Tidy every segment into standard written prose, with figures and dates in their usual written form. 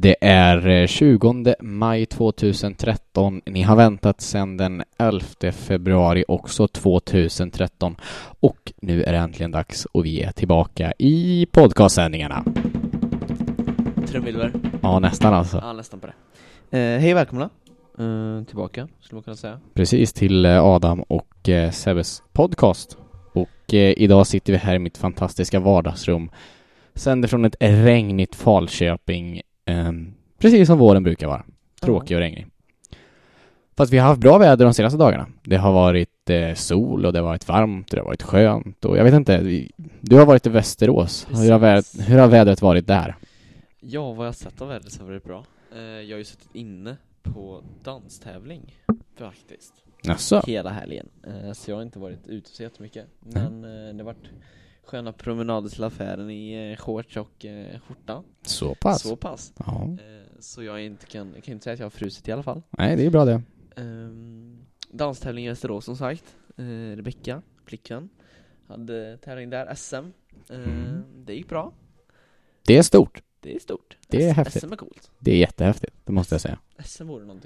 Det är 20 maj 2013. Ni har väntat sedan den 11 februari också 2013. Och nu är det äntligen dags och vi är tillbaka i podcastsändningarna. Trumvilver. Ja, nästan alltså. Ja, nästan på det. Hej, välkomna tillbaka, skulle man kunna säga. Precis, till Adam och Sebbes podcast. Och idag sitter vi här i mitt fantastiska vardagsrum. Sänder från ett regnigt Falköping. Precis som våren brukar vara. Tråkig och regnig. Fast vi har haft bra väder de senaste dagarna. Det har varit sol och det har varit varmt och det har varit skönt. Och jag vet inte, du har varit i Västerås. Hur har vädret varit där? Ja, vad jag sett av vädret så var det bra. Jag har ju suttit inne på danstävling faktiskt. Jaså? Hela helgen. Så jag har inte varit ute så jättemycket. Men det har varit sköna promenader till affären i shorts och skjorta. Så pass? Så pass. Ja. Så jag kan inte säga att jag har frusit i alla fall. Nej, det är bra det. Danstävling i Västerås som sagt. Rebecka, flickvän, hade tävling där, SM. Det gick bra. Det är stort. Det är stort. Det är häftigt. SM är coolt. Det är jättehäftigt, det måste jag säga. SM vore någonting.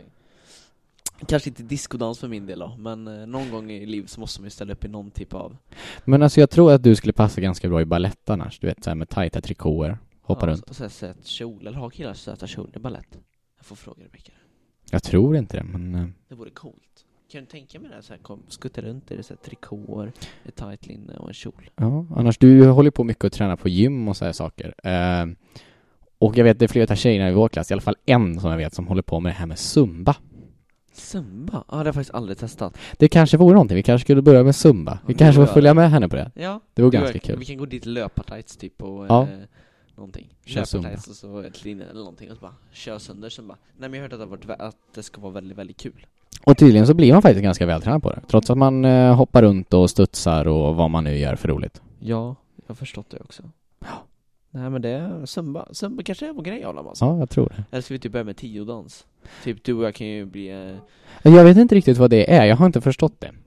Kanske inte diskodans för min del då, men någon gång i livet så måste man ju ställa upp i någon typ av... Men alltså jag tror att du skulle passa ganska bra i ballett annars. Du vet, så här med tajta trikåer. Hoppa runt. Och så sätt kjol, eller har killar söta kjol i ballett? Jag får fråga Rebecka. Jag tror inte det, men... Det vore coolt. Kan du tänka mig det så här, skutta runt i det så här, trikåer, ett tajt linne och en kjol? Ja, annars du håller på mycket att träna på gym och så här saker. Och jag vet, det är flera av tjejerna i vår klass, i alla fall en som jag vet, som håller på med det här med zumba. Zumba? Ja, det har jag faktiskt aldrig testat. Det kanske vore någonting, vi kanske skulle börja med zumba. Vi kanske får följa med henne på det. Ja. Det var ganska kul. Vi kan gå dit och löpa tights typ och någonting. Löpa tights och så ett linne eller någonting och så bara köra sönder sen bara. Nej, men jag har hört att det ska vara väldigt, väldigt kul. Och tydligen så blir man faktiskt ganska vältränad på det. Trots att man hoppar runt och studsar och vad man nu gör för roligt. Ja, jag har förstått det också. Ja. Nej, men det är zumba kanske är vår grej alla alltså. Ja, jag tror det. Eller ska vi typ börja med tiodans? Typ du och jag kan ju bli... Jag vet inte riktigt vad det är, jag har inte förstått det.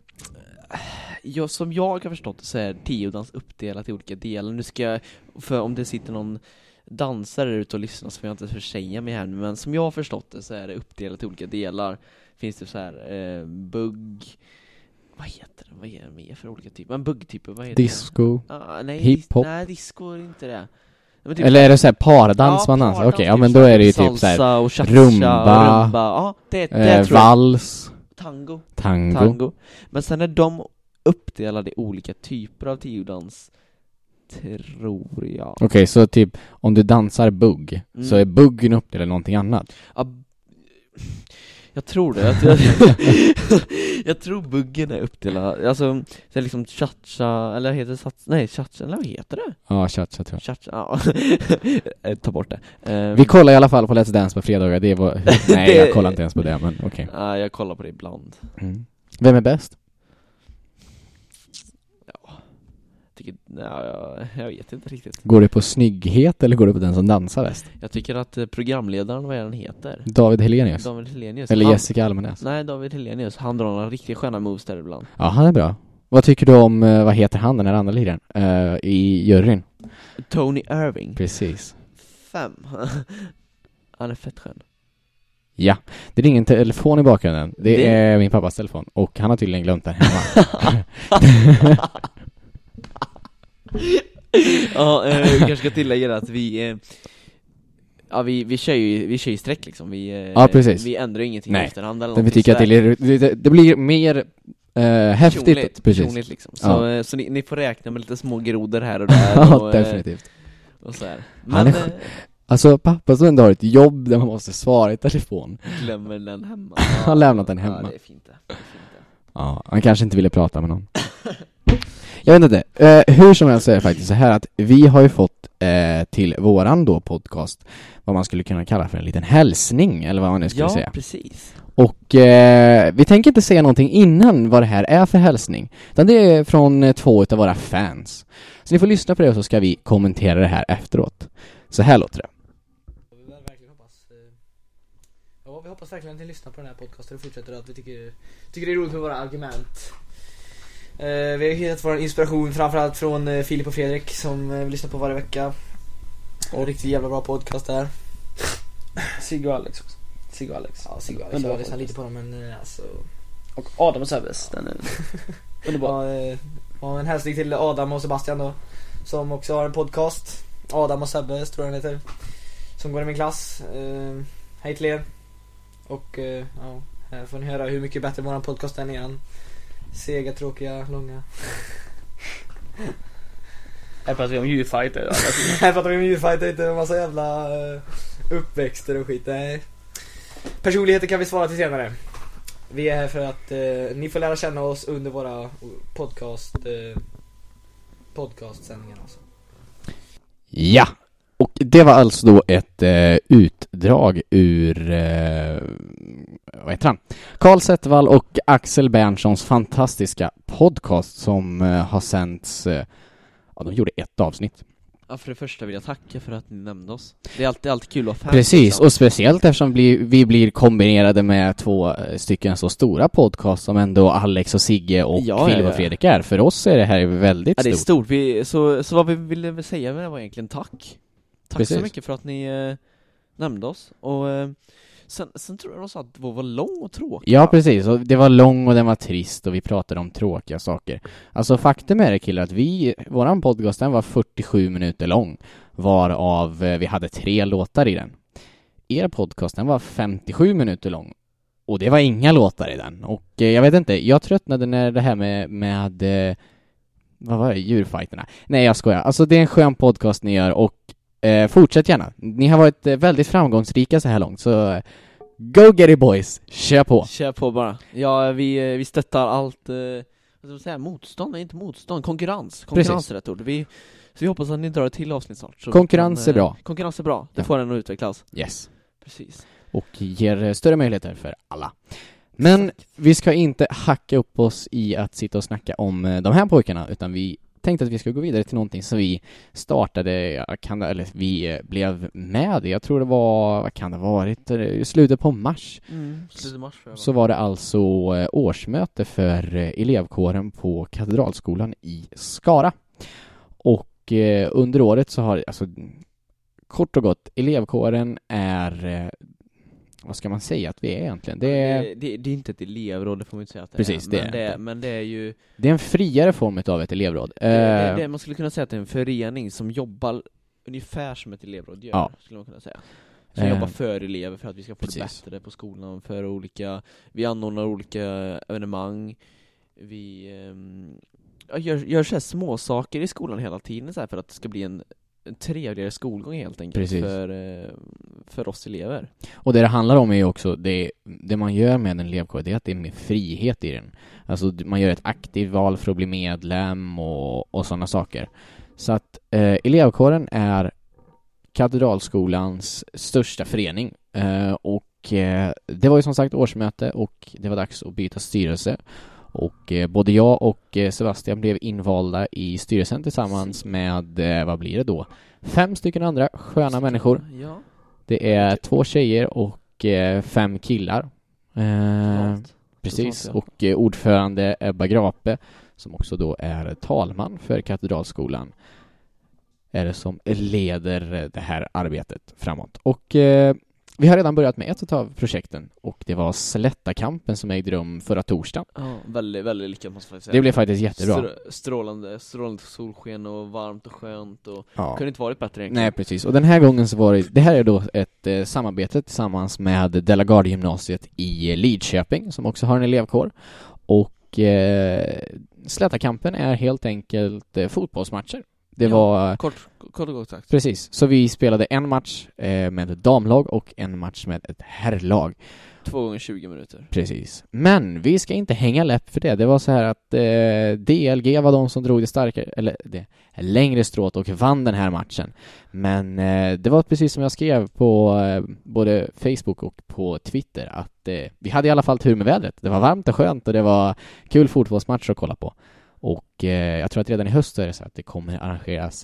Ja, som jag har förstått det så är tiodans uppdelat i olika delar. Nu ska jag, för om det sitter någon dansare ute och lyssnar så får jag inte försäga mig här. Men som jag har förstått det så är det uppdelat i olika delar. Finns det så här bugg... Vad heter det? Vad är det mer för olika typer? Men buggtyper, vad heter disco, det? Nej, hiphop. Nej, disco är inte det. Typ, eller är det så här pardans man dansar? Okej, ja men då är det ju typ så här och cha-cha, rumba. Ja, det tror vals, jag. tango. Men sen är de uppdelade i olika typer av tiodans, tror jag. Okej, så typ om du dansar bugg så är buggen uppdelad i någonting annat. Ja, jag tror det. Jag tror buggen är uppdelad. Alltså, det är liksom cha-cha, eller heter det nej, cha-cha, eller vad heter det? Ja, cha-cha tror jag. Ja. Ta bort det. Vi kollar i alla fall på Let's Dance på fredagar. Det var nej, jag kollar inte ens på det, men okej. Ja, jag kollar på det ibland. Vem är bäst? Jag vet inte riktigt. Går det på snygghet eller går det på den som dansar bäst? Jag tycker att programledaren, vad är han heter? David Helenius. Eller Jessica Almenäs. Nej, David Helenius. Han drar några riktigt sköna moves där ibland. Ja, han är bra. Vad tycker du om, vad heter han den här andra liraren i juryn? Tony Irving. Precis. 5. Han är fett skön. Ja, det är ingen telefon i bakgrunden. Det är min pappas telefon. Och han har tydligen glömt den hemma. Ja, vi kanske ska tillägga att vi kör ju sträck liksom. Precis. Vi ändrar ingenting i efterhand eller vi tycker att det blir mer häftigt. Personligt liksom. Så ni får räkna med lite små groder här och där. Ja, definitivt. Och så här. Men alltså pappa som ändå har ett jobb där man måste svara i telefon. Glömmer den hemma. Han har lämnat den hemma. Ja, det är fint det. Ja, han kanske inte ville prata med någon. Jag vet inte. Hur som helst är det faktiskt så här att vi har ju fått till våran då podcast vad man skulle kunna kalla för en liten hälsning eller vad man nu skulle säga. Ja, precis. Och vi tänker inte säga någonting innan vad det här är för hälsning. Utan det är från 2 av våra fans. Så ni får lyssna på det och så ska vi kommentera det här efteråt. Så här låter det. Vi hoppas verkligen att ni lyssnar på den här podcasten och fortsätter att vi tycker det är roligt med våra argument. Vi har hittat vår inspiration framförallt från Filip och Fredrik som vi lyssnar på varje vecka. Och riktigt jävla bra podcast där. Sigge och Alex också. Sigge och Alex. Ja, Sigge och Alex. Jag lyssnar lite på dem, men alltså... Och Adam och Sebbes, den är underbar. Ja, och en hälsning till Adam och Sebastian då, som också har en podcast. Adam och Sebbes tror jag den heter, som går i min klass. Hej till er. Och ja, här får ni höra hur mycket bättre våran podcast är igen. Sega, tråkiga, långa. Här pratar vi om djurfighter. Här pratar vi om djurfighter, inte en massa jävla uppväxter och skit. Nej. Personligheter kan vi svara till senare. Vi är här för att ni får lära känna oss under våra podcastsändningar alltså. Ja, och det var alltså då ett utdrag ur vad heter han? Carl Zettervall och Axel Bernssons fantastiska podcast som har sänts, ja, de gjorde ett avsnitt. Ja, för det första vill jag tacka för att ni nämnde oss. Det är alltid kul att ha fans. Precis, och speciellt eftersom vi blir kombinerade med 2 stycken så stora podcast som ändå Alex och Sigge och Filip och Fredrik är. För oss är det här väldigt det är stort. Så vad vi ville säga med det var egentligen tack. Tack Precis. så mycket för att ni nämnde oss. Och sen tror jag de sa att det var lång och tråkig. Ja, precis. Och det var lång och den var trist och vi pratade om tråkiga saker. Alltså faktum är det, killar, att våran podcast den var 47 minuter lång, varav vi hade 3 låtar i den. Er podcast den var 57 minuter lång och det var inga låtar i den. Och jag vet inte, jag tröttnade när det här med vad var det? Djurfighterna. Nej, jag skojar. Alltså det är en skön podcast ni gör och fortsätt gärna. Ni har varit väldigt framgångsrika så här långt, så go get it boys, kör på. Kör på bara. Ja, vi stöttar allt, vad ska man säga, motstånd, inte motstånd, konkurrens är rätt ord. Så vi hoppas att ni drar ett till avsnitt snart. Så konkurrens är bra. Konkurrens är bra, det får den att utvecklas. Yes. Precis. Och ger större möjligheter för alla. Men vi ska inte hacka upp oss i att sitta och snacka om de här pojkarna, utan vi tänkte att vi ska gå vidare till någonting som vi startade, vi blev med. Jag tror det var, vad kan det ha varit, slutet på mars. Slutet mars så var det alltså årsmöte för elevkåren på Katedralskolan i Skara. Och under året så har, alltså kort och gott, elevkåren är, vad ska man säga att vi är egentligen? Det är inte ett elevråd, det får man inte säga att det precis, är. Men det är ju... Det är en friare form av ett elevråd. Man skulle kunna säga att det är en förening som jobbar ungefär som ett elevråd gör, skulle man kunna säga. Som jobbar för elever för att vi ska få det bättre på skolan, vi anordnar olika evenemang, vi gör så här små saker i skolan hela tiden så här, för att det ska bli en trevligare skolgång helt enkelt för oss elever. Och det handlar om är ju också det man gör med en elevkår, det är att det är mer frihet i den. Alltså man gör ett aktivt val för att bli medlem och sådana saker. Så att elevkåren är Katedralskolans största förening. Och det var ju som sagt årsmöte och det var dags att byta styrelse. Och både jag och Sebastian blev invalda i styrelsen tillsammans med, vad blir det då? 5 stycken andra sköna människor. Ja. Det är 2 tjejer och 5 killar. Precis. Och ordförande Ebba Grape, som också då är talman för Katedralskolan, är det som leder det här arbetet framåt. Och vi har redan börjat med ett av projekten och det var Slättakampen som ägde rum förra torsdagen. Ja, väldigt, väldigt lyckat måste jag säga. Det blev faktiskt jättebra. Strålande solsken och varmt och skönt och kunde inte varit bättre egentligen. Nej, precis. Och den här gången så var det här är då ett samarbete tillsammans med Delagarde-gymnasiet i Lidköping som också har en elevkår. Och Slättakampen är helt enkelt fotbollsmatcher. Det var kort och gott sagt. Precis, så vi spelade en match med ett damlag och en match med ett herrlag. 2 gånger 20 minuter. Precis. Men vi ska inte hänga läpp för det. Det var så här att DLG var de som drog det längre strået och vann den här matchen. Men det var precis som jag skrev på både Facebook och på Twitter att vi hade i alla fall tur med vädret. Det var varmt och skönt och det var kul fotbollsmatch att kolla på. Och jag tror att redan i höst är det så att det kommer arrangeras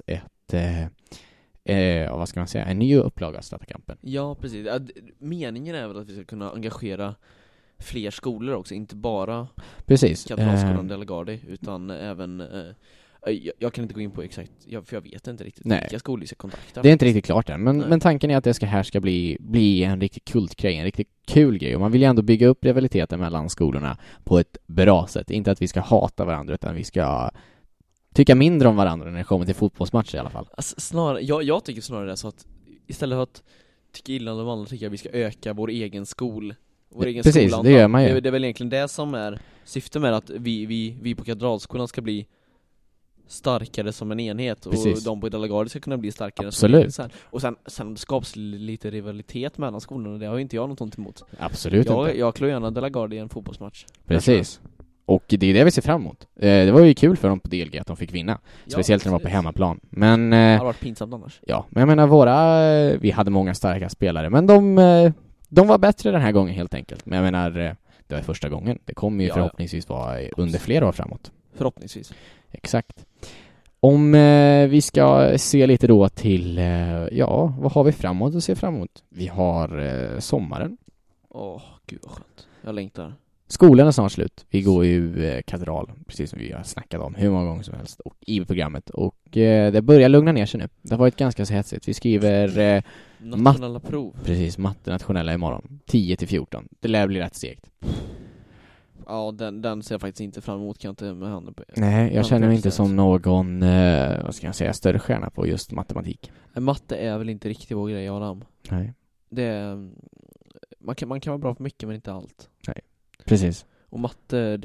vad ska man säga, en ny upplaga av Slättakampen. Ja, precis. Meningen är väl att vi ska kunna engagera fler skolor också, inte bara precis. Katedralskolan Delagarde, utan även Jag kan inte gå in på exakt, för jag vet inte riktigt Nej. vilka skolor vi ska kontakta. Det är inte riktigt klart än, Nej. men tanken är att det här ska bli en riktigt kultgrej, en riktigt kul grej. Och man vill ju ändå bygga upp rivaliteten mellan skolorna på ett bra sätt. Inte att vi ska hata varandra, utan vi ska tycka mindre om varandra när det kommer till fotbollsmatcher i alla fall. Alltså, snarare, jag tycker snarare det så att istället för att tycka illa om de andra tycker jag vi ska öka vår egen egen Precis, skolanda. det gör man ju. Det är väl egentligen det som är syftet med att vi på Katedralskolan ska bli starkare som en enhet. Precis. Och de på Delagardi ska kunna bli starkare. Absolut. Och sen skapas lite rivalitet mellan skolorna. Det har ju inte jag något emot. Absolut inte. Jag klår gärna Delagardi i en fotbollsmatch. Precis. Och det är det vi ser fram emot. Det var ju kul för dem på DLG att de fick vinna. Speciellt när de var på hemmaplan. Men det har varit pinsamt annars. Ja, men jag menar vi hade många starka spelare, men de var bättre den här gången helt enkelt. Men jag menar, det var första gången. Det kommer ju förhoppningsvis vara under flera år framåt. Förhoppningsvis. Exakt. Om vi ska se lite då till, vad har vi framåt att se framåt? Vi har sommaren. Gud vad skönt. Jag längtar. Skolan är snart slut. Vi går ju katedral, precis som vi har snackat om hur många gånger som helst, och IB-programmet. Och det börjar lugna ner sig nu. Det har varit ganska så hetsigt. Vi skriver nationella prov. Precis, matte nationella imorgon. 10-14. Det lär bli rätt segt. Ja, den ser jag faktiskt inte fram emot, kan jag inte med handen på. Nej, jag känner mig inte som någon, vad ska jag säga, större stjärna på just matematik. Matte är väl inte riktigt vår grej, Adam. Nej. Man kan vara bra på mycket, men inte allt. Nej, precis. Och matte,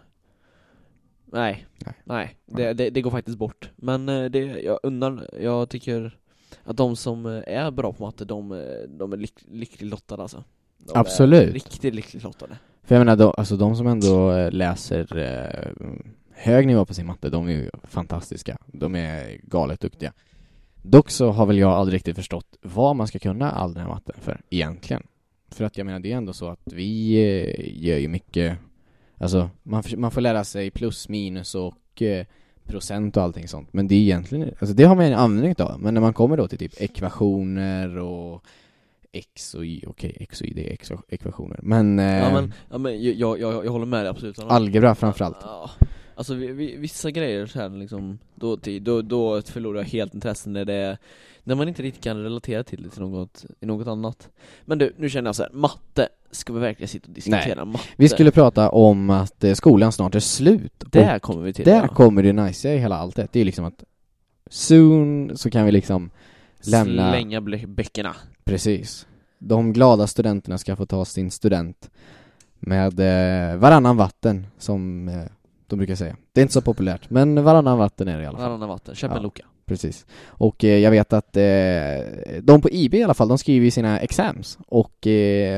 Nej. Det går faktiskt bort. Men jag tycker att de som är bra på matte, de är lyckligt lottade alltså. Absolut. Är riktigt lyckligt lottade. För jag menar, de som ändå läser hög nivå på sin matte, de är ju fantastiska. De är galet duktiga. Dock så har väl jag aldrig riktigt förstått vad man ska kunna all den här matten för egentligen. För att jag menar, det är ändå så att vi gör ju mycket. Alltså man får lära sig plus, minus och procent och allting sånt. Men det är egentligen, alltså det har man en användning av. Men när man kommer då till typ ekvationer och X och Y, X och Y, det är ekvationer. Men jag håller med dig absolut. Algebra framförallt. Ja. Alltså vissa grejer så här liksom då förlorar jag helt intressen när man inte riktigt kan relatera till det till något annat. Men nu känner jag så här, matte, ska vi verkligen sitta och diskutera matte? Vi skulle prata om att skolan snart är slut. Där kommer vi till. Där kommer det nice i hela allt det. Det är liksom att soon så kan vi liksom slänga böckerna. Precis. De glada studenterna ska få ta sin student med varannan vatten, som de brukar säga. Det är inte så populärt, men varannan vatten är det i alla fall. Varannan vatten, köp en Loka. Precis. Och jag vet att de på IB i alla fall, de skriver sina exams. Och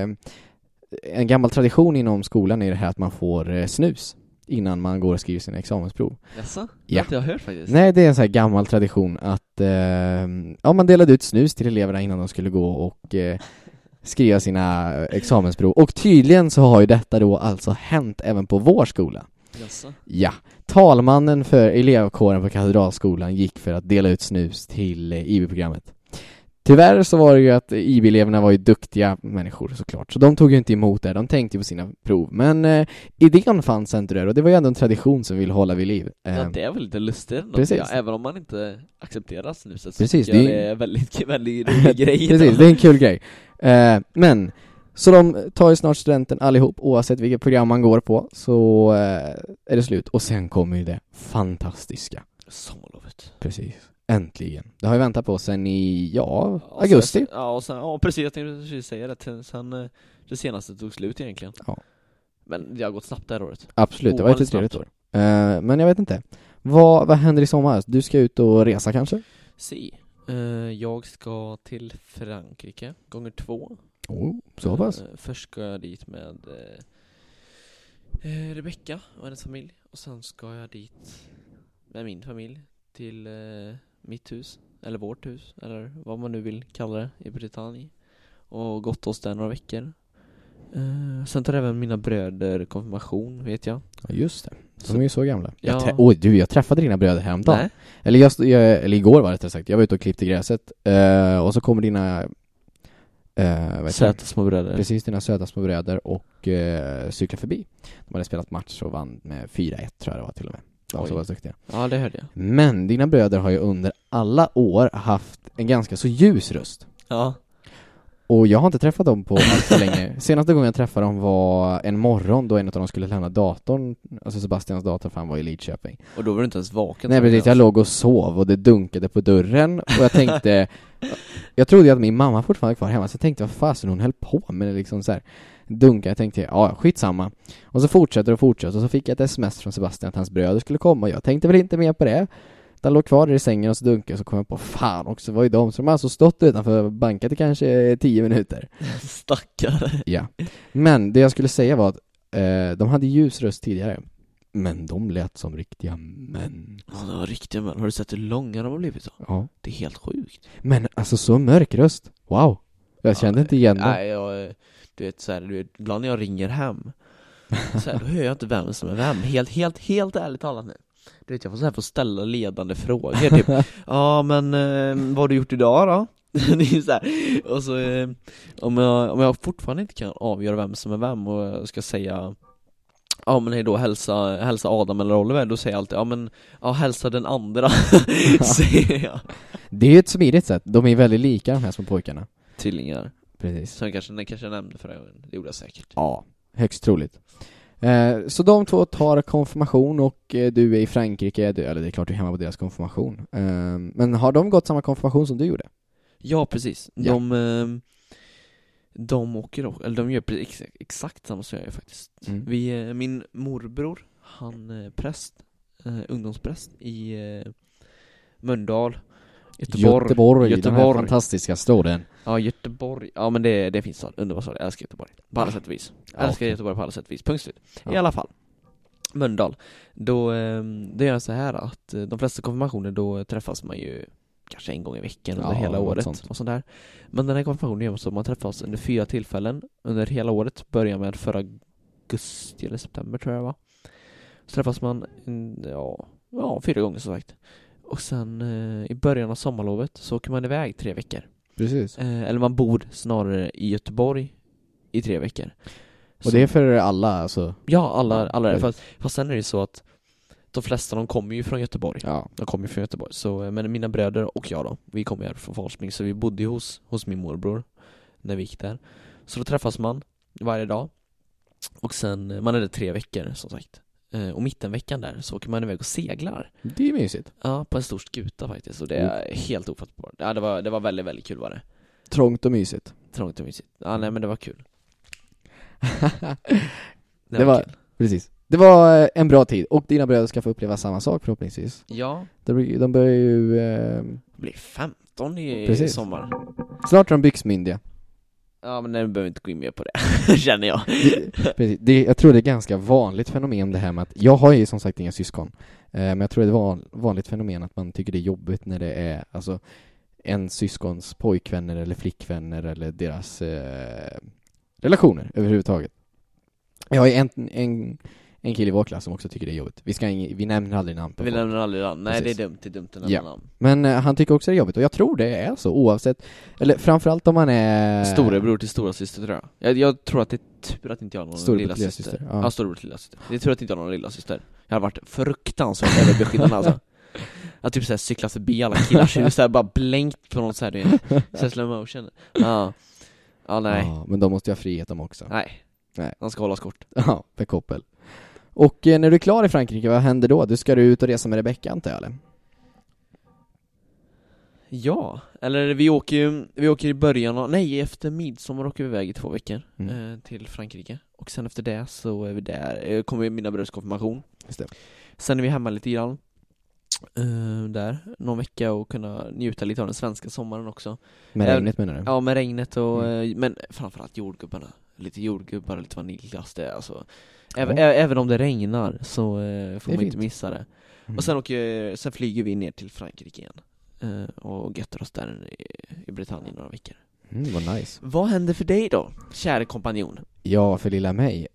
en gammal tradition inom skolan är det här att man får snus innan man går och skriver sina examensprov. Jaså? Ja. Det har jag hört faktiskt. Nej, det är en så här gammal tradition att man delade ut snus till eleverna innan de skulle gå och skriva sina examensprov. Och tydligen så har ju detta då alltså hänt även på vår skola. Jaså? Ja. Talmannen för elevkåren på Katedralskolan gick för att dela ut snus till IB-programmet. Tyvärr så var det ju att IB-eleverna var ju duktiga människor såklart. Så de tog ju inte emot det, de tänkte på sina prov. Men idén fanns inte där, och det var ju ändå en tradition som vi vill hålla vid liv. Ja, det är väl lite lustigt. Precis. Ja, även om man inte accepterar snuset så precis, det är väldigt rolig grej. Precis, det är en kul grej. Men så de tar ju snart studenten allihop, oavsett vilket program man går på, så är det slut. Och sen kommer ju det fantastiska sommarlovet. Precis. Äntligen. Det har vi väntat på sen i, augusti. Precis, jag tänkte säga det. Sen det senaste tog slut egentligen. Ja. Men det har gått snabbt det här året. Absolut, det var ett trevligt år. Men jag vet inte. Vad händer i sommar? Du ska ut och resa kanske? Jag ska till Frankrike, gånger 2. Så pass. Först ska jag dit med Rebecca och hennes familj. Och sen ska jag dit med min familj till mitt hus, eller vårt hus, eller vad man nu vill kalla det, i Britannien. Och gått hos där några veckor. Sen tar även mina bröder konfirmation, vet jag. Ja, just det. De är ju så gamla. Ja. Jag träffade dina bröder häromdagen. Eller igår var det rättare sagt. Jag var ute och klippte gräset. Och så kommer dina söta små bröder. Precis, dina söta små bröder och cykla förbi. De hade spelat match och vann med 4-1 tror jag det var till och med. De var Oj. så pass duktiga. Ja, det hörde jag. Men dina bröder har ju under alla år haft en ganska så ljus röst. Ja. Och jag har inte träffat dem på allt för länge. Senaste gången jag träffade dem var en morgon då en av dem skulle lämna datorn, alltså Sebastians dator, för han var i Lidköping. Och då var du inte ens vaken. Nej precis, jag låg och sov och det dunkade på dörren och jag tänkte, jag trodde att min mamma fortfarande var kvar hemma, så jag tänkte vad fasen hon höll på med, liksom så här dunka. Jag tänkte, ja skitsamma. Och så fortsätter och så fick jag ett sms från Sebastian att hans bröder skulle komma och jag tänkte väl inte mer på det. Han låg kvar i sängen och så dunkade och så kom jag på, fan också, var ju de som alltså stått utanför bankat i kanske 10 minuter. Stackare. Ja. Men det jag skulle säga var att de hade ljus röst tidigare. Men de lät som riktiga män. Ja, det var riktiga män. Har du sett hur långa de har blivit så? Ja. Det är helt sjukt. Men alltså så mörk röst. Wow. Jag kände inte igen dem. Nej, du vet så här, ibland när jag ringer hem så här, då hör jag inte vem som är vem. Helt ärligt talat nu. Du vet, jag får så här få ställa ledande frågor typ. Ja, men vad har du gjort idag då? Det är så här. Och så om jag fortfarande inte kan avgöra vem som är vem och jag ska säga ja men hej då, hälsa Adam eller Oliver, då säger jag alltid ja men hälsa den andra. Säger jag. Det är ju ett smidigt sätt. De är väldigt lika, de här små pojkarna. Tvillingar. Precis. Så kanske jag nämnde förra gången. Det gjorde jag säkert. Ja, högst troligt. Så de två tar konfirmation och du är i Frankrike, eller det är klart du är hemma på deras konfirmation. Men har de gått samma konfirmation som du gjorde? Ja, precis. Ja. De åker då, eller de gör exakt samma som jag gör faktiskt. Mm. Min morbror, han är präst, ungdomspräst i Mölndal, Göteborg. Den här fantastiska staden. Ja, Göteborg. Ja, men det finns så underbart så. Jag älskar Göteborg på alla sätt och vis. Jag älskar Göteborg på alla sätt och vis. Punkt slut. Ja. I alla fall. Mölndal. Då det är så här att de flesta konfirmationer då träffas man ju kanske en gång i veckan under hela året och sånt där. Men den här konfirmationen gör man så att man träffas under 4 tillfällen under hela året. Börjar med förra augusti eller september tror jag va. Så träffas man 4 gånger som sagt. Och sen i början av sommarlovet så åker man iväg 3 veckor. Precis. Eller man bor snarare i Göteborg i 3 veckor. Och det är för alla alltså? Ja, alla är. Fast sen är det så att de flesta de kommer ju från Göteborg. Ja. De kommer ju från Göteborg. Så, men mina bröder och jag då, vi kommer ju från Falköping. Så vi bodde ju hos min morbror när vi gick där. Så då träffas man varje dag. Och sen, man är där 3 veckor som sagt. Och mittenveckan där så åker man iväg och seglar. Det är mysigt. Ja, på en stor skuta faktiskt. Och det är helt ofattbart. Ja, det var väldigt, väldigt kul var det. Trångt och mysigt. Trångt och mysigt. Ja, nej men det var kul. Det var kul. Precis. Det var en bra tid. Och dina bröder ska få uppleva samma sak förhoppningsvis. Ja. De börjar ju... blir 15 i sommar. Snart är de byxmyndiga. Ja, men nu behöver vi inte gå in mer på det. Känner jag. Jag tror det är ganska vanligt fenomen det här med att... Jag har ju som sagt inga syskon. Men jag tror det är vanligt fenomen att man tycker det är jobbigt när det är alltså en syskons pojkvänner eller flickvänner eller deras relationer överhuvudtaget. Jag har en kille i vår klass som också tycker det är jobbigt. Vi nämner aldrig namn på Vi folk. nämner aldrig namn. Nej, Precis. det är dumt att nämna namn. Men han tycker också det är jobbigt och jag tror det är så oavsett, eller framförallt om man är storebror till stora syster tror jag. Jag tror att det är tur att inte jag har någon lilla syster. Ja, storebror till lilla syster. Det är tur att inte jag har någon lilla syster. Jag har varit fruktansvärt överbeskyddande alltså. Jag typ såhär cyklat förbi alla killars hus såhär bara blänkt på något såhär så slow motion. Ja, nej. Ja, men de måste ju ha frihet de också. Nej. De ska hållas kort. Ja, per koppel. Och när du är klar i Frankrike, vad händer då? Du ska ut och resa med Rebecca antar jag, eller? Ja, eller vi åker i början efter midsommar åker vi iväg i 2 veckor till Frankrike. Och sen efter det så är vi där, kommer mina bröds konfirmation. Just det. Sen är vi hemma lite grann där, någon vecka och kunna njuta lite av den svenska sommaren också. Med regnet menar du? Ja, med regnet och men framförallt jordgubbarna. Lite jordgubbar och lite vaniljglass det, alltså. Även om det regnar så får man inte missa det. Och sen flyger vi ner till Frankrike igen och göttar oss där i Britannien några veckor. Vad nice. Vad händer för dig då, kära kompanjon? Ja, för lilla mig.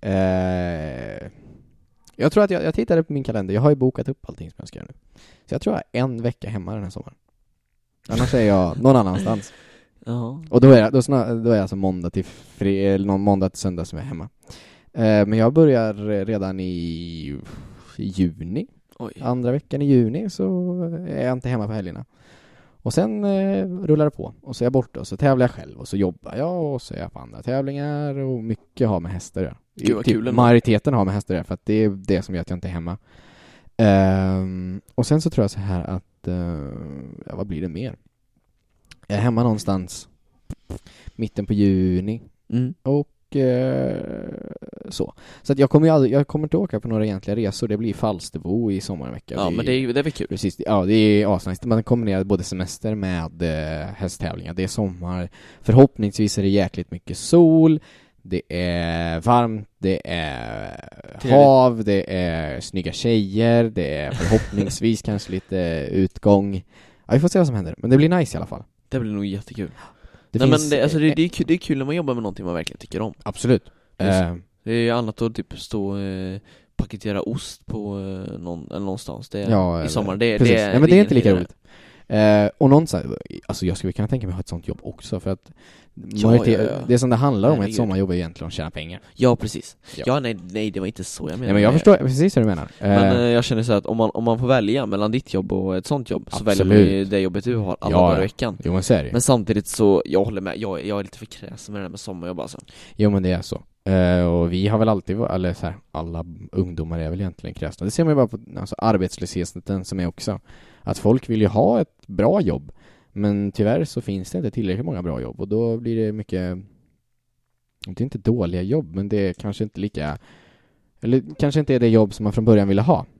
Jag tror att jag tittade på min kalender. Jag har ju bokat upp allting som jag ska göra nu. Så jag tror jag är 1 vecka hemma den här sommaren. Annars är jag någon annanstans. Ja. Och då är jag alltså måndag till söndag som jag är hemma. Men jag börjar redan i juni. Oj. Andra veckan i juni så är jag inte hemma på helgerna. Och sen rullar det på. Och så är jag borta och så tävlar jag själv. Och så jobbar jag och så är jag på andra tävlingar. Och mycket har med hästar att göra. Gud, vad Typ kul. majoriteten har med hästar att göra, för att det är det som gör att jag inte är hemma. Och sen så tror jag så här att vad blir det mer? Jag är hemma någonstans mitten på juni. Och så att jag kommer inte åka på några egentliga resor. Det blir Falsterbo i sommarvecka. Ja, men det är väl kul. Precis, ja, det är asnice. Man kombinerar både semester med hästtävlingar. Det är sommar. Förhoppningsvis är det jäkligt mycket sol. Det är varmt, det är hav, det är snygga tjejer, det är förhoppningsvis kanske lite utgång. Ja, vi får se vad som händer. Men det blir nice i alla fall. Det blir nog jättekul. Det är kul när man jobbar med någonting man verkligen tycker om. Absolut. Det är ju annat att typ stå paketera ost på någonstans. Det är i sommar. Det är inte lika roligt. Och någon så här, alltså jag skulle kunna tänka mig att ha ett sånt jobb också, för att det som det handlar om ett sommarjobb är egentligen att tjäna pengar. Ja, precis. Ja, nej, det var inte så jag menar. Nej, men jag förstår precis vad du menar. Men jag känner så att om man får välja mellan ditt jobb och ett sånt jobb, så väljer man det jobbet du har alla dagar i veckan. Jo, men seriöst. Men samtidigt så, jag håller med, jag är lite för kräsen med det där med sommarjobb alltså. Jo, men det är så. Och vi har väl alltid, eller så här, alla ungdomar är väl egentligen kräsna. Det ser man ju bara på arbetslösheten som är också. Att folk vill ju ha ett bra jobb, men tyvärr så finns det inte tillräckligt många bra jobb. Och då blir det mycket, det är inte dåliga jobb, men det är kanske inte lika, eller kanske inte är det jobb som man från början ville ha.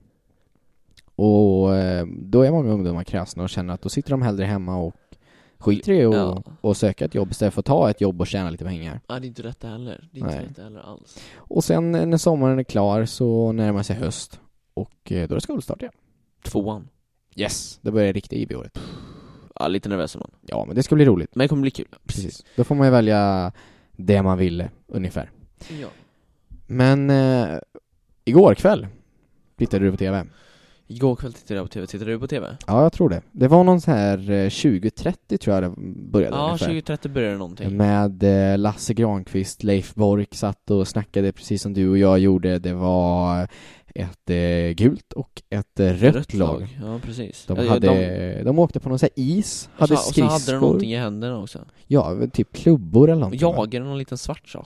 Och då är många ungdomar kräsna och känner att då sitter de hellre hemma och skiter i och söka ett jobb istället för att ta ett jobb och tjäna lite pengar. Ja, det är inte rätt heller. Det är inte rätt heller alls. Och sen när sommaren är klar så närmar sig höst. Och då är det skolstart igen. 2:an. Yes, det börjar riktigt i året. Ja, lite nervös är man. Ja, men det ska bli roligt. Men det kommer bli kul. Precis. Då får man ju välja det man vill ungefär. Ja. Men igår kväll tittade du på TV? Igår kväll tittade jag på TV. Tittade du på TV? Ja, jag tror det. Det var någon så här 2030 tror jag det började. Ja, ungefär. 2030 började någonting. Med Lasse Granqvist, Leif Bork satt och snackade precis som du och jag gjorde. Det var ett gult och ett rött lag. Ja, precis. De åkte på någon så här is, hade skridskor. Och så hade de någonting i händerna också. Ja, typ klubbor eller någonting. Jagade någon liten svart sak.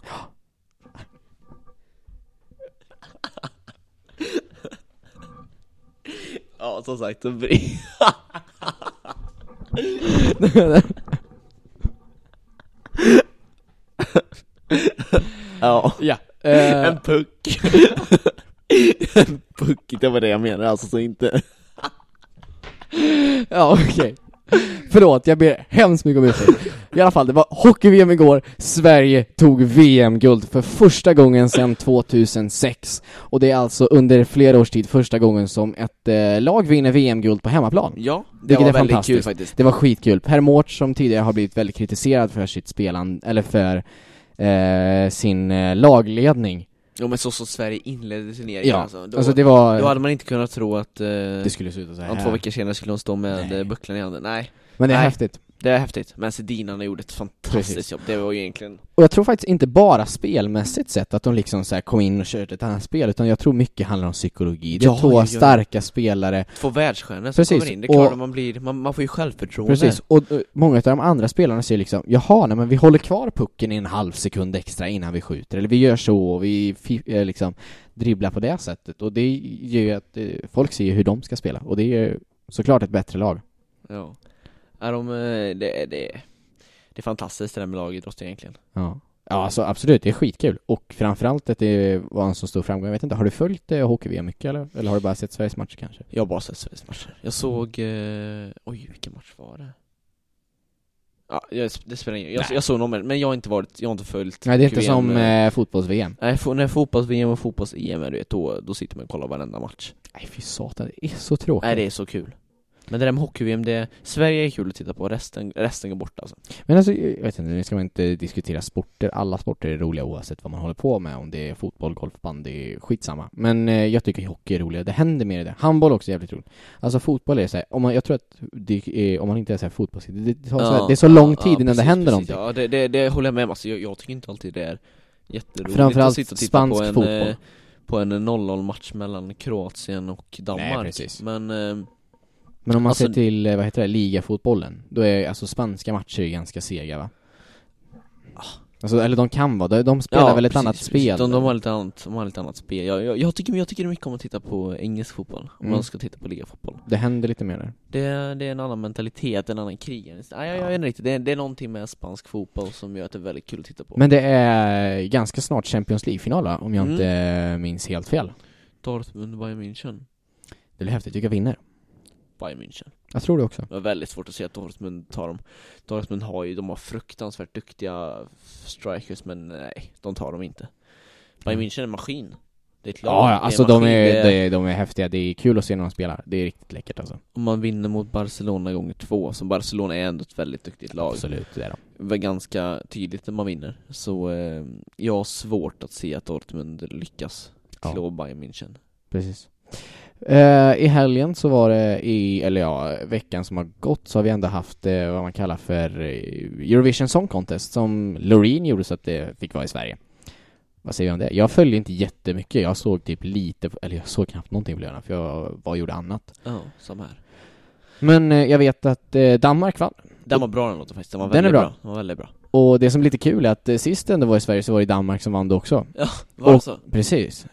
Ja, som sagt, så ja. En puck. En puck, det var det jag menar, alltså så inte. Ja, okej. Förlåt, jag ber hemskt mycket om ursäkt. I alla fall, det var hockey-VM igår. Sverige tog VM-guld för första gången sedan 2006. Och det är alltså under flera års tid första gången som ett lag vinner VM-guld på hemmaplan. Ja, det var väldigt kul faktiskt. Det var skitkul. Per Mårts, som tidigare har blivit väldigt kritiserad för sitt spelande, eller för sin lagledning. Jo, men så Sverige inledde turneringen. Ja, alltså då hade man inte kunnat tro att det skulle sluta så här. Om 2 veckor senare skulle de stå med bucklan i handen. Nej. Men det är häftigt. Det är häftigt. Men Sedinarna gjorde ett fantastiskt jobb. Det var ju egentligen... Och jag tror faktiskt inte bara spelmässigt sett att de liksom så här kom in och körde ett annat spel, utan jag tror mycket handlar om psykologi. Det är 2 starka spelare. 2 världsstjärnor som kommer in. Det är klart man får ju självförtroende. Precis. Och många av de andra spelarna säger liksom, jaha, nej, men vi håller kvar pucken i en halv sekund extra innan vi skjuter. Eller vi gör så och vi liksom dribblar på det sättet. Och det gör ju att folk ser hur de ska spela. Och det är ju såklart ett bättre lag. Ja. Det är fantastiskt det där med lagidrott egentligen. Ja, alltså absolut, det är skitkul. Och framförallt att det var en så stor framgång. Jag vet inte, har du följt hockey-VM mycket eller har du bara sett Sveriges matcher kanske? Jag har bara sett Sveriges matcher. Jag såg, vilken match var det? Ja, det spelar ingen. Jag såg någon, men jag har inte följt. Nej, det är inte som fotbolls-VM. Nej, när fotbolls-VM och fotbolls-EM är det, då sitter man och kollar varenda match. Nej, fy satan, det är så tråkigt. Nej, det är så kul. Men det där med hockey-VM, Sverige är kul att titta på, resten går bort alltså. Men alltså, jag vet inte, nu ska man inte diskutera sporter. Alla sporter är roliga oavsett vad man håller på med. Om det är fotboll, golfband, det är skitsamma. Men jag tycker hockey är roligare. Det händer mer i det. Handboll också är jävligt roligt. Alltså fotboll är så här, jag tror att om man inte är så här fotboll, det är så lång tid innan det händer någonting. Ja, det håller jag med om. Alltså, jag tycker inte alltid det är jätteroligt framförallt att sitta och titta spansk på fotboll. på en 0-0 match mellan Kroatien och Danmark. Nej, precis. Men om man alltså, ser till, vad heter det, ligafotbollen, då är alltså spanska matcher ganska sega, va? Alltså, eller de kan vara, de spelar väl ett precis, annat spel. De har lite annat spel. Jag tycker mycket om att titta på engelsk fotboll. Om man ska titta på ligafotboll. Det händer lite mer där. Det är en annan mentalitet, en annan krig. Jag vet inte riktigt. Det är någonting med spansk fotboll som gör att det är väldigt kul att titta på. Men det är ganska snart Champions League-final, va? Om jag inte minns helt fel. Dortmund, Bayern München. Det blir häftigt, vilka vinner? Bayern München. Jag tror det också. Det var väldigt svårt att se att Dortmund tar dem. Dortmund har fruktansvärt duktiga strikers, men nej, de tar dem inte. Bayern München är en maskin. Det är ett lag. Ja, alltså de är häftiga. Det är kul att se när de spelar. Det är riktigt läckert alltså. Om man vinner mot Barcelona gånger 2, som Barcelona är ändå ett väldigt duktigt lag. Absolut, det är de. Det var ganska tydligt när man vinner. Så jag har svårt att se att Dortmund lyckas slå Bayern München. Precis. I helgen så var det veckan som har gått, så har vi ändå haft vad man kallar för Eurovision Song Contest, som Loreen gjorde så att det fick vara i Sverige. Vad säger vi om det? Jag följde inte jättemycket. Jag såg typ lite, eller jag såg knappt någonting på lördagen, för jag gjorde annat. Ja, som här. Men jag vet att Danmark vann. Den var bra, den låter faktiskt. Den var väldigt bra. Och det som är lite kul är att sist ändå var i Sverige så var det Danmark som vann det också. Ja, var det så? Precis.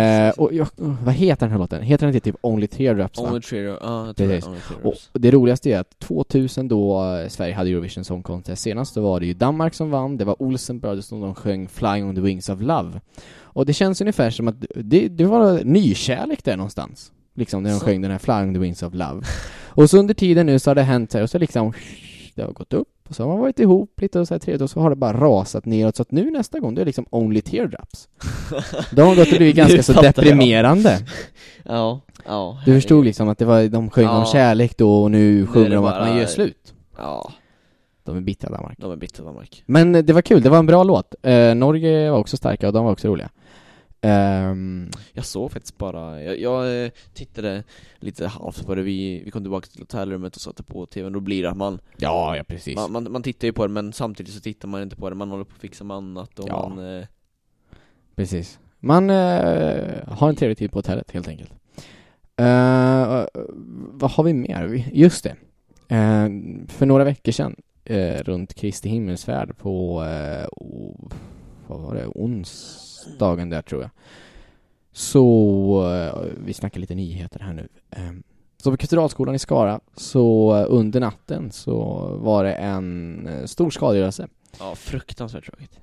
Vad heter den här låten? Heter den inte typ Only Teardrops? Only Teardrops, ja. Precis. Och det roligaste är att 2000 då Sverige hade Eurovision Song Contest senast, då var det ju Danmark som vann. Det var Olsen Brothers som de sjöng Flying on the Wings of Love. Och det känns ungefär som att det var nykärlek där någonstans. Liksom när de sjöng den här Flying on the Wings of Love. Och så under tiden nu så har det hänt här, och så liksom det har gått upp. Och så har man varit ihop lite och så här trevligt, och så har det bara rasat neråt, så att nu nästa gång det är liksom Only Teardrops. De har gått och blivit ganska så deprimerande. Ja. Du förstod liksom att det var, de sjöng om kärlek då, och nu sjunger de att man gör slut. Ja. De är bittra Danmark. Men det var kul, det var en bra låt. Norge var också starka och de var också roliga. Jag såg faktiskt bara jag tittade lite halvt på det. Vi kom tillbaka till hotellrummet och satte på tvn. Då blir det att man precis. Man tittar ju på det, men samtidigt så tittar man inte på det. Man håller på att fixa med annat och man precis. Man har en trevlig tid på hotellet helt enkelt. Vad har vi mer? Just det. För några veckor sedan runt Kristi himmelsfärd på vad var det? Onsdagen där tror jag. Så vi snackar lite nyheter här nu. Så på Katedralskolan i Skara, så under natten så var det en stor skadegörelse. Ja, fruktansvärt tråkigt.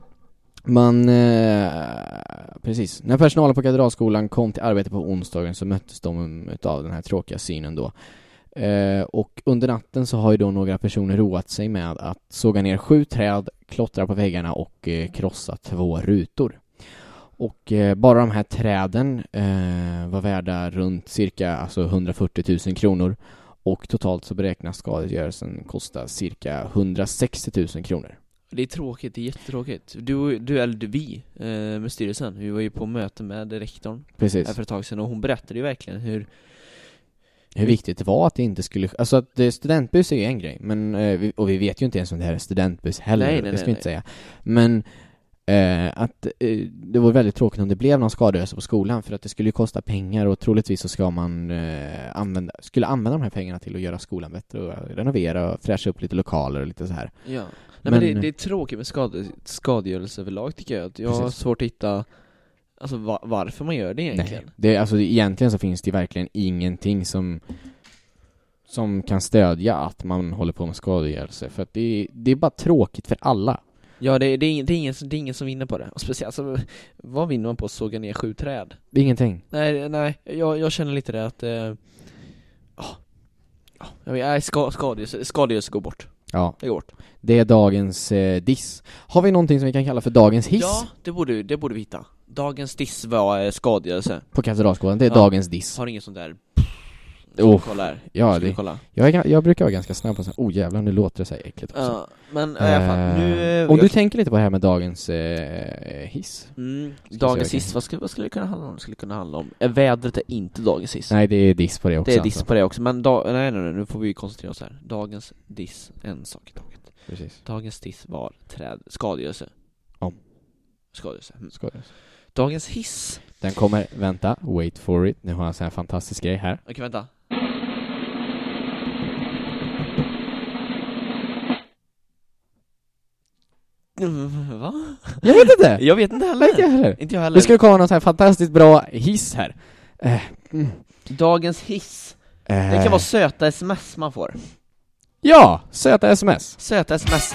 Precis. När personalen på Katedralskolan kom till arbete på onsdagen så möttes de av den här tråkiga synen då. Och under natten så har ju då några personer roat sig med att såga ner 7 träd, klottra på väggarna och krossa 2 rutor. Och bara de här träden var värda runt cirka 140 000 kronor. Och totalt så beräknas skadegörelsen kosta cirka 160 000 kronor. Det är tråkigt, det är jättetråkigt. Vi med styrelsen, vi var ju på möte med rektorn. Precis. För ett tag sedan, och hon berättade ju verkligen hur viktigt det var att det inte skulle... Alltså att studentbuss är ju en grej, men vi vet ju inte ens om det här är studentbuss heller. Nej, det ska vi inte säga. Men att det var väldigt tråkigt om det blev någon skadegörelse på skolan, för att det skulle ju kosta pengar, och troligtvis så ska man använda de här pengarna till att göra skolan bättre och renovera och fräscha upp lite lokaler och lite så här. Ja. Nej, men det är tråkigt med skadegörelse överlag, tycker jag. Jag har svårt att hitta varför man gör det egentligen. Nej, egentligen så finns det verkligen ingenting som kan stödja att man håller på med skadegörelse, för att det är bara tråkigt för alla. Ja, det är ingen som vinner på det. Och speciellt, vad vinner man på att såga ner 7 träd? Ingenting. Nej, jag känner lite det att skadegörelse går bort. Ja, det går bort. Det är dagens diss. Har vi någonting som vi kan kalla för dagens hiss? Ja, det borde vi hitta. Dagens diss var skadegörelse. På Katedralskolan, det är dagens diss. Har ingen sån där... Kolla här. Ja, kolla. Jag brukar vara ganska snabb på så här. Jävlar, nu låter det så här äckligt också. Ja, men i alla fall, nu... Om du tänker lite på det här med dagens hiss. Dagens hiss, vad skulle det kunna handla om? Det skulle kunna handla om... Vädret är inte dagens hiss. Nej, det är diss på det också. Det är diss på det också, men nej, nu får vi koncentrera oss här. Dagens diss, en sak i taget. Precis. Dagens diss var skadegörelse. Skadegörelse. Dagens hiss. Den kommer, vänta, wait for it. Nu har jag en sån här fantastisk grej här. Okej, vänta. Va? Jag vet inte! Jag vet inte heller. Inte jag heller. Inte jag heller. Det ska komma någon sån här fantastiskt bra hiss här. Dagens hiss. Det kan vara söta sms man får. Ja, söta sms. Söta sms.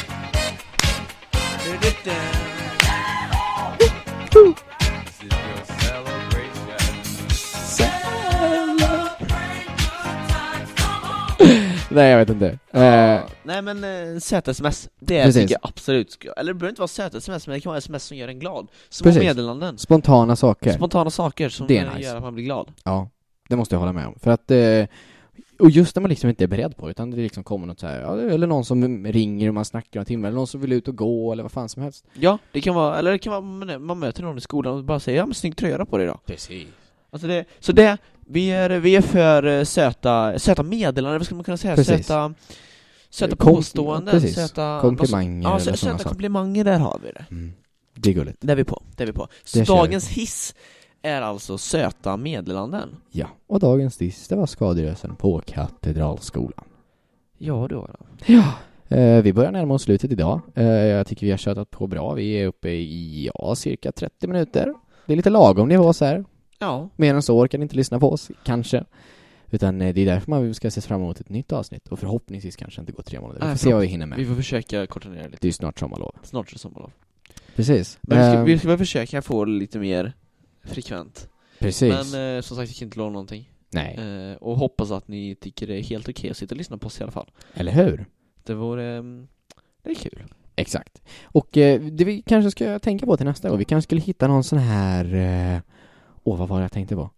Nej, jag vet inte. Nej men söta sms, det Precis. tycker jag absolut. Eller det behöver inte vara söta sms, men det kan vara sms som gör en glad. Små Precis. meddelanden. Spontana saker. Spontana saker som Det är nice. gör att man blir glad. Ja, det måste jag hålla med om. För att, och just när man liksom inte är beredd på det, utan det liksom kommer något så här, ja, eller någon som ringer och man snackar en timme, eller någon som vill ut och gå, eller vad fan som helst. Ja, det kan vara, eller det kan vara man möter någon i skolan och bara säger, ja men snygg tröja på dig idag. Precis. Alltså vi är för söta meddelanden, vad ska man kunna säga? Precis. Söta påståenden, precis. söta Komplimanger ja, eller såna söta saker. komplimanger, där har vi det. Det är gulligt. Det är vi på. Så Det kör dagens hiss är alltså söta meddelanden. Ja, och dagens diss, det var skadegörelsen på Katedralskolan. Ja då. Ja. Vi börjar närma oss slutet idag. Jag tycker vi har köttat på bra. Vi är uppe i, cirka 30 minuter. Det är lite lagom nivå så här. Ja. Mer än så orkar ni inte lyssna på oss, kanske. Utan det är därför man ska se fram emot ett nytt avsnitt. Och förhoppningsvis kanske inte gå 3 månader. Vi får se vad vi hinner med. Vi får försöka korta ner det lite. Det är ju snart sommarlov. Snart är det sommarlov. Precis. Men vi ska väl försöka få det lite mer frekvent. Precis. Men som sagt, jag kan inte lova någonting. Nej. Och hoppas att ni tycker det är helt okej att sitta och lyssna på oss i alla fall. Eller hur? Det vore... det är kul. Exakt. Och det vi kanske ska tänka på till nästa gång. Vi kanske skulle hitta någon sån här... vad var det jag tänkte på?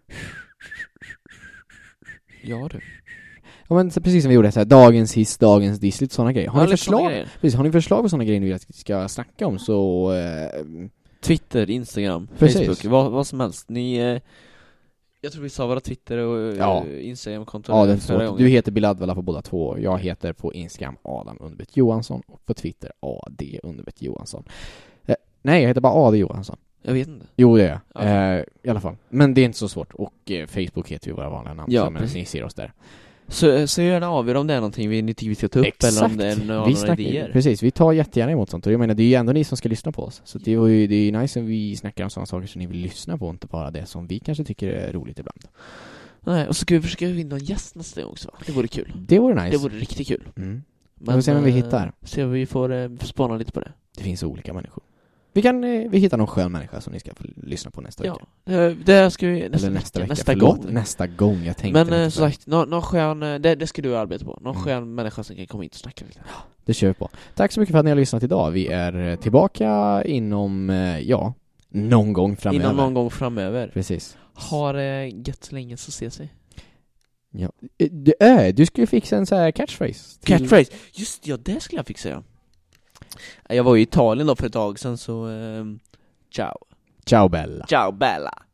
Ja du. Ja, men precis som vi gjorde så här, dagens hiss, dagens diss, lite sådana grejer. Har Ja, ni lite såna förslag? grejer. Precis, har ni förslag på sådana grejer ni vill att vi ska snacka om så... Twitter, Instagram, Precis. Facebook, vad som helst. Ni... jag tror vi sa våra Twitter och Instagram-konton Ja, det är förra svårt. gången. Du heter Biladvalla på båda två. Jag heter på Instagram Adam_Johansson och på Twitter AD_Johansson. Nej, jag heter bara AD Johansson. Jag vet inte. Jo, det är jag. Okay. I alla fall. Men det är inte så svårt. Och Facebook heter ju våra vanliga namn. Ja, så, men precis. ni ser oss där. Så gärna avgör om det är någonting ni tycker vi ska ta upp. Exakt. Eller om det är några idéer. Precis, vi tar jättegärna emot sånt. Och jag menar, det är ju ändå ni som ska lyssna på oss. Så det är ju nice om vi snackar om sådana saker som ni vill lyssna på. Inte bara det som vi kanske tycker är roligt ibland. Nej, och så ska vi försöka vinna en gäst nästa gång också, va? Det vore kul. Det vore nice. Det vore riktigt kul. Men vi får se vem vi hittar. Se om vi får spana lite på det. Det finns olika människor. Vi hittar någon skön människa som ni ska få lyssna på nästa vecka. Ja, det ska vi nästa gång. Nästa gång, jag tänkte. Men som sagt, någon skön, det ska du arbeta på. Någon skön människa som kan komma hit och snacka lite. Ja, det kör vi på. Tack så mycket för att ni har lyssnat idag. Vi är tillbaka inom, någon gång framöver. Inom någon gång framöver. Precis. Ha det gött så länge så ses vi. Ja. Du skulle fixa en så här catchphrase. Catchphrase? Just ja, det skulle jag fixa, ja. Jag var i Italien då för ett tag sedan, så ciao. Ciao Bella. Ciao Bella.